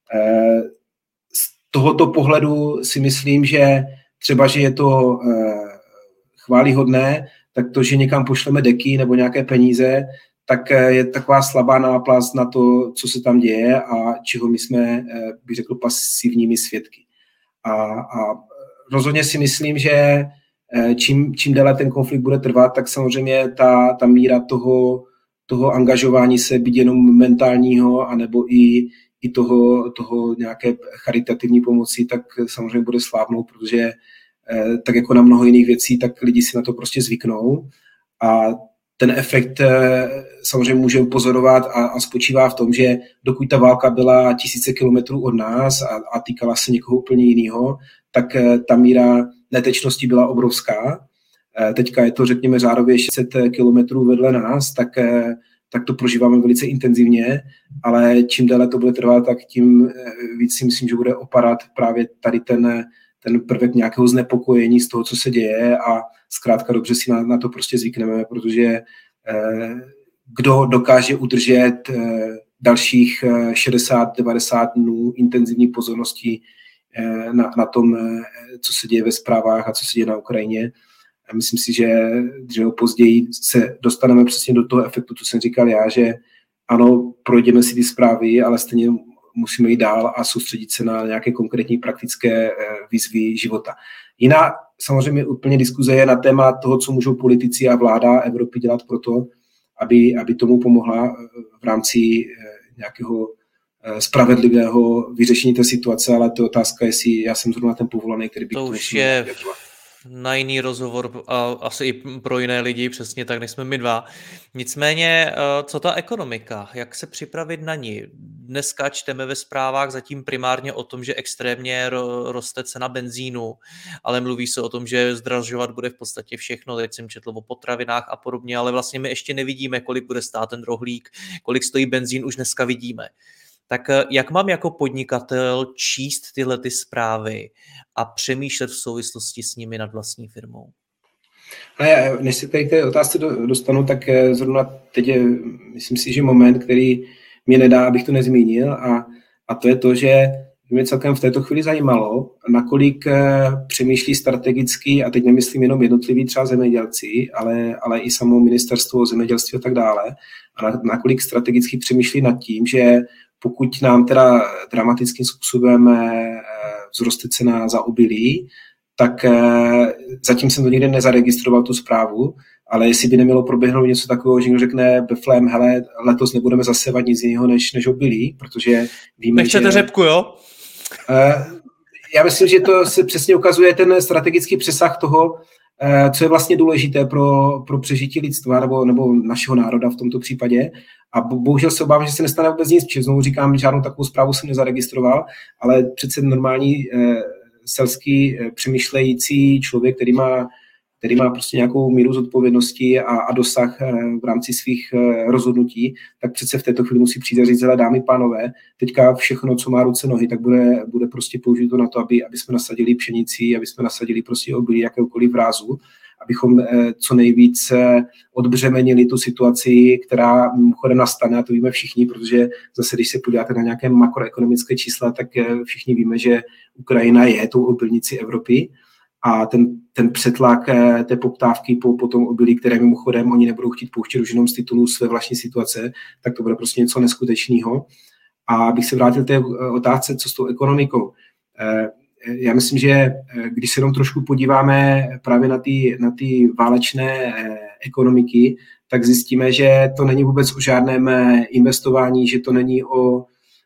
z tohoto pohledu si myslím, že třeba, že je to chvályhodné, tak to, že někam pošleme deky nebo nějaké peníze, tak je taková slabá náplast na to, co se tam děje a čeho my jsme, bych řekl, pasivními svědky. A rozhodně si myslím, že čím déle ten konflikt bude trvat, tak samozřejmě ta míra toho angažování se, byť jenom mentálního, anebo i toho nějaké charitativní pomoci, tak samozřejmě bude slábnout, protože tak jako na mnoho jiných věcí, tak lidi si na to prostě zvyknou a ten efekt samozřejmě můžeme pozorovat a spočívá v tom, že dokud ta válka byla tisíce kilometrů od nás a týkala se někoho úplně jiného, tak ta míra netečnosti byla obrovská. Teďka je to, řekněme, řádově 600 kilometrů vedle nás, tak to prožíváme velice intenzivně, ale čím déle to bude trvat, tak tím víc si myslím, že bude opadat právě tady ten prvek nějakého znepokojení z toho, co se děje a zkrátka dobře si na to prostě zvykneme, protože kdo dokáže udržet dalších 60-90 dnů intenzivní pozornosti na tom, co se děje ve zprávách a co se děje na Ukrajině. A myslím si, že dříve později se dostaneme přesně do toho efektu, co jsem říkal já, že ano, projdeme si ty zprávy, ale stejně musíme jít dál a soustředit se na nějaké konkrétní praktické výzvy života. Jiná samozřejmě úplně diskuze je na téma toho, co můžou politici a vláda Evropy dělat pro to, aby tomu pomohla v rámci nějakého spravedlivého vyřešení té situace, ale to je otázka, jestli já jsem zrovna ten povolaný, který by to už je na jiný rozhovor a asi i pro jiné lidi, přesně tak, než jsme my dva. Nicméně, co ta ekonomika? Jak se připravit na ní? Dneska čteme ve zprávách zatím primárně o tom, že extrémně roste cena benzínu, ale mluví se o tom, že zdražovat bude v podstatě všechno. Teď jsem četl o potravinách a podobně, ale vlastně my ještě nevidíme, kolik bude stát ten rohlík, kolik stojí benzín, už dneska vidíme. Tak jak mám jako podnikatel číst tyhle ty zprávy a přemýšlet v souvislosti s nimi nad vlastní firmou? Než se tady k té otázce dostanu, tak zrovna teď je, myslím si, že moment, který mě nedá, abych to nezmínil, a to je to, že mě celkem v této chvíli zajímalo, nakolik přemýšlí strategicky, a teď nemyslím jenom jednotliví třeba zemědělci, ale i samo ministerstvo zemědělství a tak dále, a nakolik strategicky přemýšlí nad tím, že pokud nám teda dramatickým způsobem vzroste cena za obilí, tak zatím jsem to nikdy nezaregistroval, tu zprávu, ale jestli by nemělo proběhnout něco takového, že někdo řekne Beflem, hele, letos nebudeme zasevat nic jiného než obilí, protože víme, nechcete řepku, jo? Já myslím, že to se přesně ukazuje ten strategický přesah toho, co je vlastně důležité pro přežití lidstva nebo našeho národa v tomto případě. A bohužel se obávám, že se nestane vůbec nic, protože znovu říkám, žádnou takovou zprávu jsem nezaregistroval, ale přece normální selský přemýšlející člověk, který má prostě nějakou míru zodpovědnosti a dosah v rámci svých rozhodnutí, tak přece v této chvíli musí přijít a říct, hele, dámy, pánové, teďka všechno, co má ruce, nohy, tak bude prostě použito na to, aby jsme nasadili pšenici, aby jsme nasadili prostě obilí jakéhokoliv rázu, abychom co nejvíc odbřemenili tu situaci, která mimochodem nastane, a to víme všichni, protože zase, když se podíváte na nějaké makroekonomické čísla, tak všichni víme, že Ukrajina je tou obilnicí Evropy a ten přetlak té poptávky po tom obilí, které mimochodem oni nebudou chtít pouštět už jenom z titulu své vlastní situace, tak to bude prostě něco neskutečného. A abych se vrátil k té otázce, co s tou ekonomikou. Já myslím, že když se jenom trošku podíváme právě na ty válečné ekonomiky, tak zjistíme, že to není vůbec o žádném investování, že to není o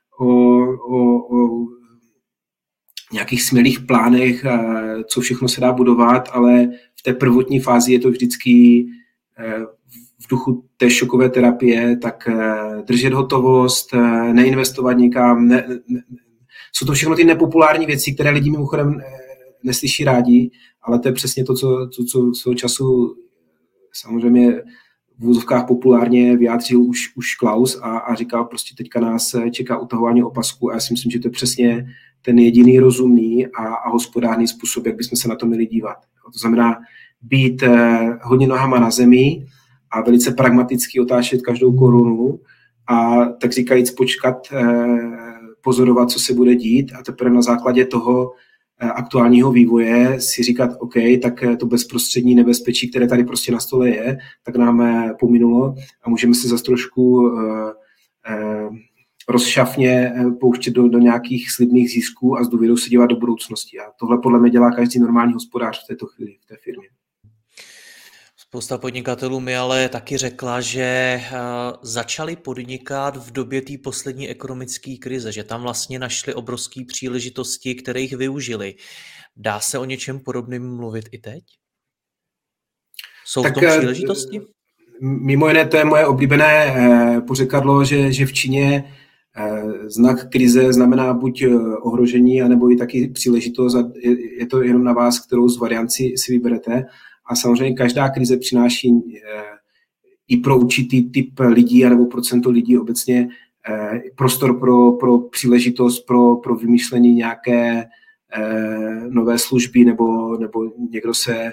nějakých smělých plánech, co všechno se dá budovat, ale v té prvotní fázi je to vždycky v duchu té šokové terapie, tak držet hotovost, neinvestovat nikam, jsou to všechno ty nepopulární věci, které lidi mimochodem neslyší rádi, ale to je přesně to, co svého času samozřejmě v úzovkách populárně vyjádřil už Klaus a říkal, prostě teďka nás čeká utahování opasku a já si myslím, že to je přesně ten jediný rozumný a hospodárný způsob, jak bychom se na to měli dívat. To znamená být hodně nohama na zemi a velice pragmaticky otáčet každou korunu a tak říkajíc počkat, pozorovat, co se bude dít a teprve na základě toho aktuálního vývoje si říkat, OK, tak to bezprostřední nebezpečí, které tady prostě na stole je, tak nám pominulo a můžeme se zase trošku rozšafně pouštět do nějakých slibných zisků a s důvěrou se dívat do budoucnosti. A tohle podle mě dělá každý normální hospodář v této chvíli v té firmě. Spousta podnikatelů mi ale taky řekla, že začali podnikat v době té poslední ekonomické krize, že tam vlastně našli obrovské příležitosti, které jich využili. Dá se o něčem podobným mluvit i teď? Jsou tak v tom příležitosti? Mimo jiné, to je moje oblíbené pořekadlo, že v Číně znak krize znamená buď ohrožení, anebo i taky příležitost. Je to jenom na vás, kterou z varianci si vyberete. A samozřejmě každá krize přináší i pro určitý typ lidí, anebo procento lidí obecně prostor pro příležitost, pro vymýšlení nějaké nové služby, nebo někdo se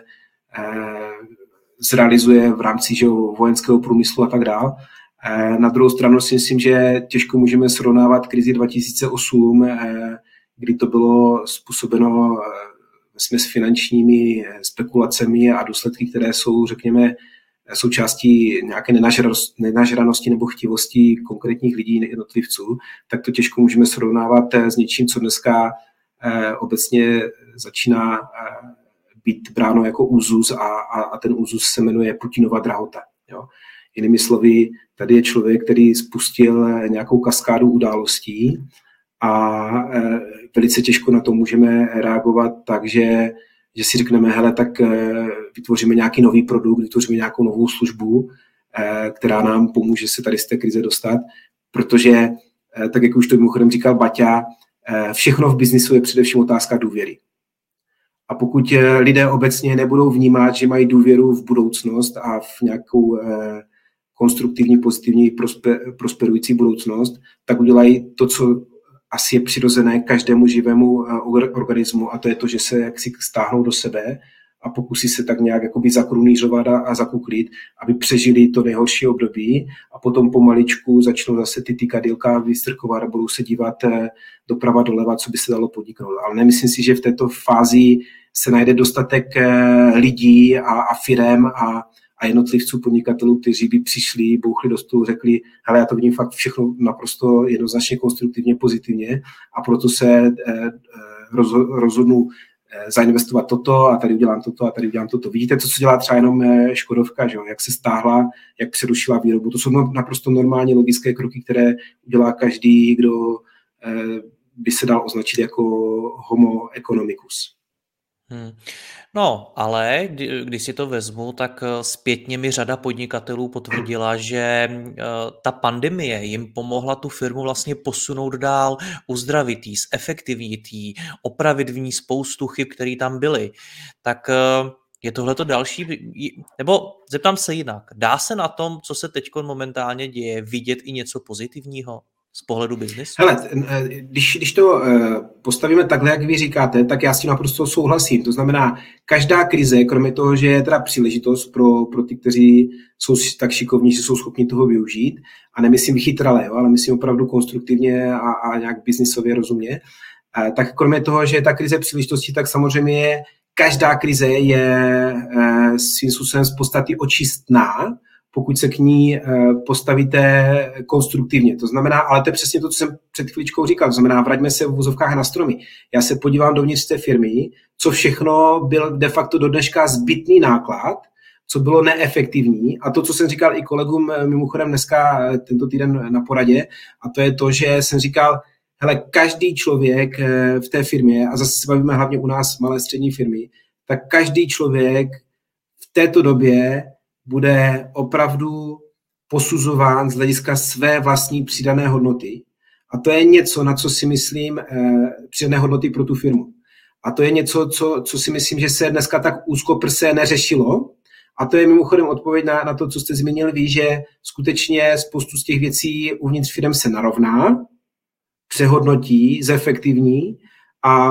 zrealizuje v rámci vojenského průmyslu a tak dále. Na druhou stranu si myslím, že těžko můžeme srovnávat krizi 2008, kdy to bylo způsobeno s finančními spekulacemi a důsledky, které jsou, řekněme, součástí nějaké nenažranosti nebo chtivosti konkrétních lidí, jednotlivců, tak to těžko můžeme srovnávat s něčím, co dneska obecně začíná být bráno jako úzus a ten úzus se jmenuje Putinova drahota. Jo. Jinými slovy, tady je člověk, který spustil nějakou kaskádu událostí a velice těžko na to můžeme reagovat, takže si řekneme, hele, tak vytvoříme nějaký nový produkt, vytvoříme nějakou novou službu, která nám pomůže se tady z té krize dostat, protože, tak jak už to mimochodem říkal Baťa, všechno v biznisu je především otázka důvěry. A pokud lidé obecně nebudou vnímat, že mají důvěru v budoucnost a v nějakou konstruktivní, pozitivní, prosperující budoucnost, tak udělají to, co asi je přirozené každému živému organismu, a to je to, že se jaksi stáhnou do sebe a pokusí se tak nějak jakoby zakrunířovat a zakuklit, aby přežili to nejhorší období a potom pomaličku začnou zase ty tykadýlka vystrkovat a budou se dívat doprava doleva, co by se dalo podniknout. Ale nemyslím si, že v této fázi se najde dostatek lidí a firem a jednotlivců, podnikatelů, kteří by přišli, bouchli do stolu, řekli, hele, já to vidím fakt všechno naprosto jednoznačně konstruktivně, pozitivně a proto se rozhodnu zainvestovat toto a tady udělám toto a tady udělám toto. Vidíte to, co dělá třeba jenom Škodovka, že jo? Jak se stáhla, jak přerušila výrobu. To jsou naprosto normální logické kroky, které udělá každý, kdo by se dal označit jako homo economicus. No, ale když si to vezmu, tak zpětně mi řada podnikatelů potvrdila, že ta pandemie jim pomohla tu firmu vlastně posunout dál, uzdravit jí, zefektivnit jí, opravit v ní spoustu chyb, které tam byly. Tak je tohleto další, nebo zeptám se jinak, dá se na tom, co se teď momentálně děje, vidět i něco pozitivního z pohledu biznesu? Hele, když to postavíme takhle, jak vy říkáte, tak já s tím naprosto souhlasím. To znamená, každá krize, kromě toho, že je teda příležitost pro ty, kteří jsou tak šikovní, že jsou schopni toho využít, a nemyslím chytrale, ale myslím opravdu konstruktivně a nějak biznisově rozumně, tak kromě toho, že je ta krize příležitosti, tak samozřejmě každá krize je svým způsobem z podstaty očistná, pokud se k ní postavíte konstruktivně. To znamená, ale to je přesně to, co jsem před chvíličkou říkal, to znamená, vraťme se v vozovkách na stromy. Já se podívám dovnitř té firmy, co všechno byl de facto do dneška zbytný náklad, co bylo neefektivní, a to, co jsem říkal i kolegům mimochodem dneska, tento týden na poradě, a to je to, že jsem říkal, hele, každý člověk v té firmě, a zase se bavíme hlavně u nás malé střední firmy, tak každý člověk v této době bude opravdu posuzován z hlediska své vlastní přidané hodnoty. A to je něco, na co si myslím přidané hodnoty pro tu firmu. A to je něco, co si myslím, že se dneska tak úzkoprse neřešilo. A to je mimochodem odpověď na to, co jste zmínil vy, že skutečně spoustu z těch věcí uvnitř firm se narovná, přehodnotí, zefektivní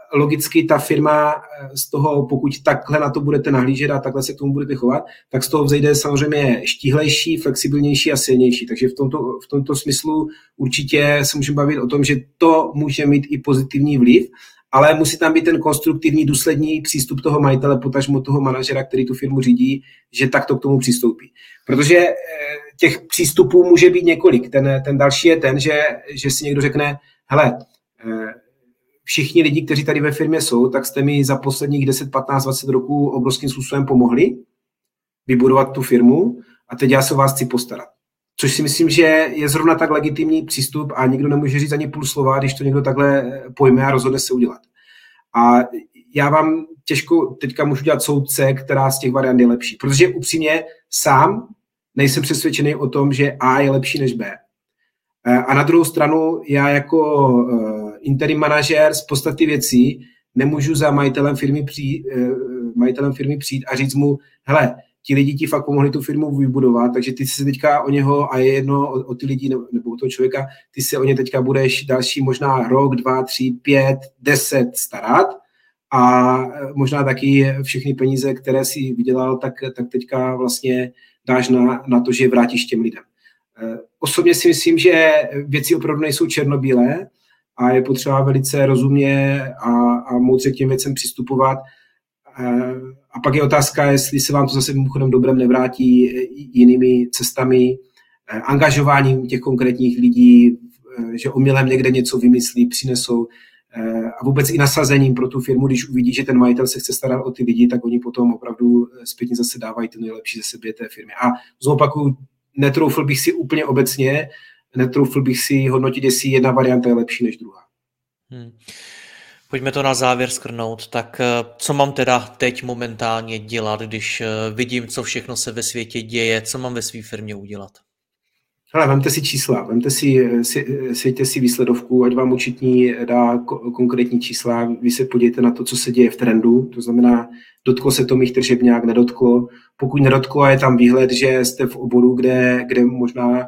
logicky ta firma z toho, pokud takhle na to budete nahlížet a takhle se k tomu budete chovat, tak z toho vzejde samozřejmě štíhlejší, flexibilnější a silnější. Takže v tomto smyslu určitě se můžeme bavit o tom, že to může mít i pozitivní vliv, ale musí tam být ten konstruktivní, důsledný přístup toho majitele, potažmo toho manažera, který tu firmu řídí, že takto k tomu přistoupí. Protože těch přístupů může být několik. Ten další je ten, že si někdo řekne, hele, všichni lidi, kteří tady ve firmě jsou, tak jste mi za posledních 10, 15, 20 roků obrovským způsobem pomohli vybudovat tu firmu a teď já se o vás chci postarat. Což si myslím, že je zrovna tak legitimní přístup a nikdo nemůže říct ani půl slova, když to někdo takhle pojme a rozhodne se udělat. A já vám těžko teďka můžu dělat soudce, která z těch variant je lepší. Protože upřímně sám nejsem přesvědčený o tom, že A je lepší než B. A na druhou stranu já jako interim manažer z podstaty věcí nemůžu za majitelem firmy přijít a říct mu, hele, ti lidi ti fakt pomohli tu firmu vybudovat, takže ty se teďka o něho, a je jedno o ty lidi nebo o toho člověka, ty se o ně teďka budeš další možná rok, 2, 3, 5, 10 starat a možná taky všechny peníze, které si vydělal, tak teďka vlastně dáš na to, že je vrátíš těm lidem. Osobně si myslím, že věci opravdu nejsou černobílé a je potřeba velice rozumně a moudře k těm věcem přistupovat. A pak je otázka, jestli se vám to zase mimochodem dobrem nevrátí jinými cestami, angažováním těch konkrétních lidí, že omylem někde něco vymyslí, přinesou a vůbec i nasazením pro tu firmu, když uvidí, že ten majitel se chce starat o ty lidi, tak oni potom opravdu zpětně zase dávají to nejlepší ze sebe té firmy. A znovu opakuju, netroufl bych si úplně obecně, netroufl bych si hodnotit, jestli jedna varianta je lepší než druhá. Pojďme to na závěr shrnout. Tak co mám teda teď momentálně dělat, když vidím, co všechno se ve světě děje, co mám ve své firmě udělat? Hele, vemte si čísla, sejte si výsledovku, ať vám účetní dá konkrétní čísla, vy se podívejte na to, co se děje v trendu, to znamená, dotklo se to mých tržeb nějak, nedotklo. Pokud nedotklo a je tam výhled, že jste v oboru, kde možná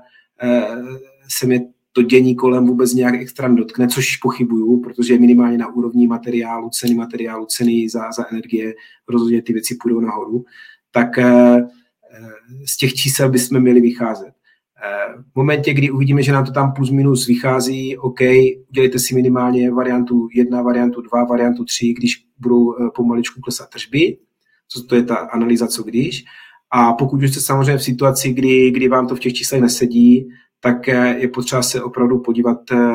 se mě to dění kolem vůbec nějak extra dotkne, což pochybuju, protože minimálně na úrovni materiálu, ceny za energie, rozhodně ty věci půjdou nahoru, tak z těch čísel bychom měli vycházet. V momentě, kdy uvidíme, že nám to tam plus minus vychází, OK, udělejte si minimálně variantu 1, variantu 2, variantu 3, když budou pomaličku klesat tržby, co to je ta analýza, co když. A pokud už jste samozřejmě v situaci, kdy vám to v těch číslech nesedí, tak je potřeba se opravdu podívat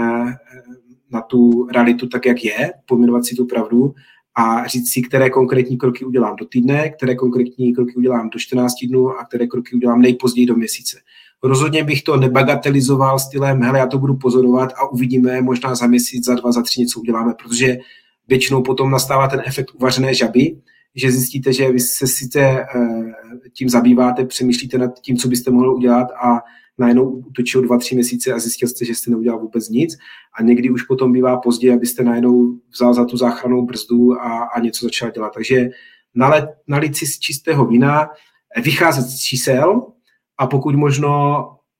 na tu realitu tak, jak je, pojmenovat si tu pravdu a říct si, které konkrétní kroky udělám do týdne, které konkrétní kroky udělám do 14 dnů a které kroky udělám nejpozději do měsíce. Rozhodně bych to nebagatelizoval stylem, hele, já to budu pozorovat a uvidíme, možná za měsíc, za 2, za 3 něco uděláme, protože většinou potom nastává ten efekt uvařené žaby, že zjistíte, že vy se sice tím zabýváte, přemýšlíte nad tím, co byste mohli udělat a najednou utočil 2-3 měsíce a zjistil jste, že jste neudělal vůbec nic a někdy už potom bývá pozdě, abyste najednou vzal za tu záchrannou brzdu a něco začal dělat. Takže nalít si z čistého vína, vycházet z čísel a pokud možno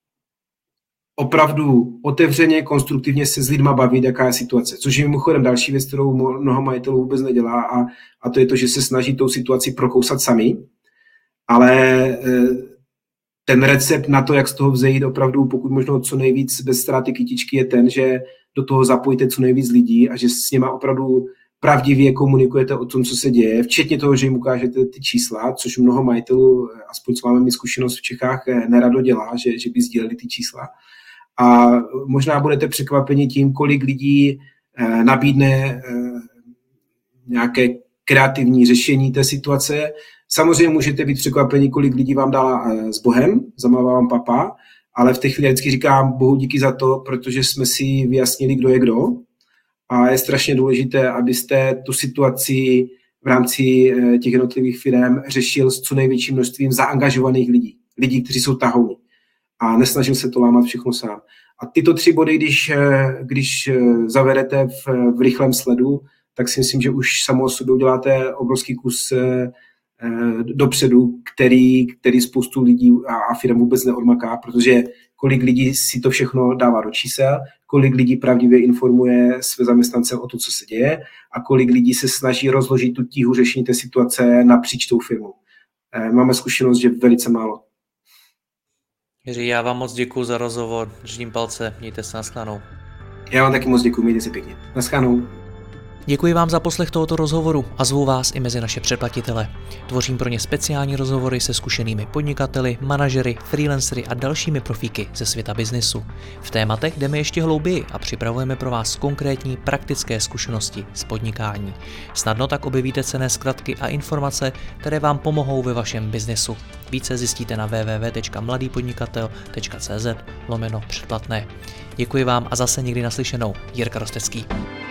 opravdu otevřeně, konstruktivně se s lidma bavit, jaká je situace. Což je mimochodem další věc, kterou mnoho majitelů vůbec nedělá a to je to, že se snaží tou situaci prokousat sami, ale ten recept na to, jak z toho vzejít opravdu, pokud možno co nejvíc bez ztráty kytičky, je ten, že do toho zapojíte co nejvíc lidí a že s nima opravdu pravdivě komunikujete o tom, co se děje, včetně toho, že jim ukážete ty čísla, což mnoho majitelů, aspoň co máme my zkušenost v Čechách, nerado dělá, že by sdíleli ty čísla. A možná budete překvapeni tím, kolik lidí nabídne nějaké kreativní řešení té situace. Samozřejmě můžete být překvapeni, kolik lidí vám dala s Bohem, zamává vám papa, ale v té chvíli vždycky říkám Bohu díky za to, protože jsme si vyjasnili, kdo je kdo. A je strašně důležité, abyste tu situaci v rámci těch jednotlivých firm řešil s co největším množstvím zaangažovaných lidí. Lidí, kteří jsou tahouni. A nesnažil se to lámat všechno sám. A tyto 3 body, když zavedete v rychlém sledu, tak si myslím, že už samo o sobě uděláte obrovský kus dopředu, který spoustu lidí a firm vůbec neodmaká, protože kolik lidí si to všechno dává do čísel, kolik lidí pravdivě informuje své zaměstnance o to, co se děje a kolik lidí se snaží rozložit tu tíhu řešení té situace napříč tou firmou. Máme zkušenost, že velice málo. Jiří, já vám moc děkuji za rozhovor, držím palce, mějte se, naschledanou. Já vám taky moc děkuji, mějte se pěkně. Naschledanou. Děkuji vám za poslech tohoto rozhovoru a zvu vás i mezi naše předplatitele. Tvořím pro ně speciální rozhovory se zkušenými podnikateli, manažery, freelancery a dalšími profíky ze světa biznisu. V tématech jdeme ještě hlouběji a připravujeme pro vás konkrétní praktické zkušenosti z podnikání. Snadno tak objevíte cenné zkratky a informace, které vám pomohou ve vašem biznesu. Více zjistíte na www.mladýpodnikatel.cz/předplatné. Děkuji vám a zase někdy naslyšenou. Jirka Rostecký.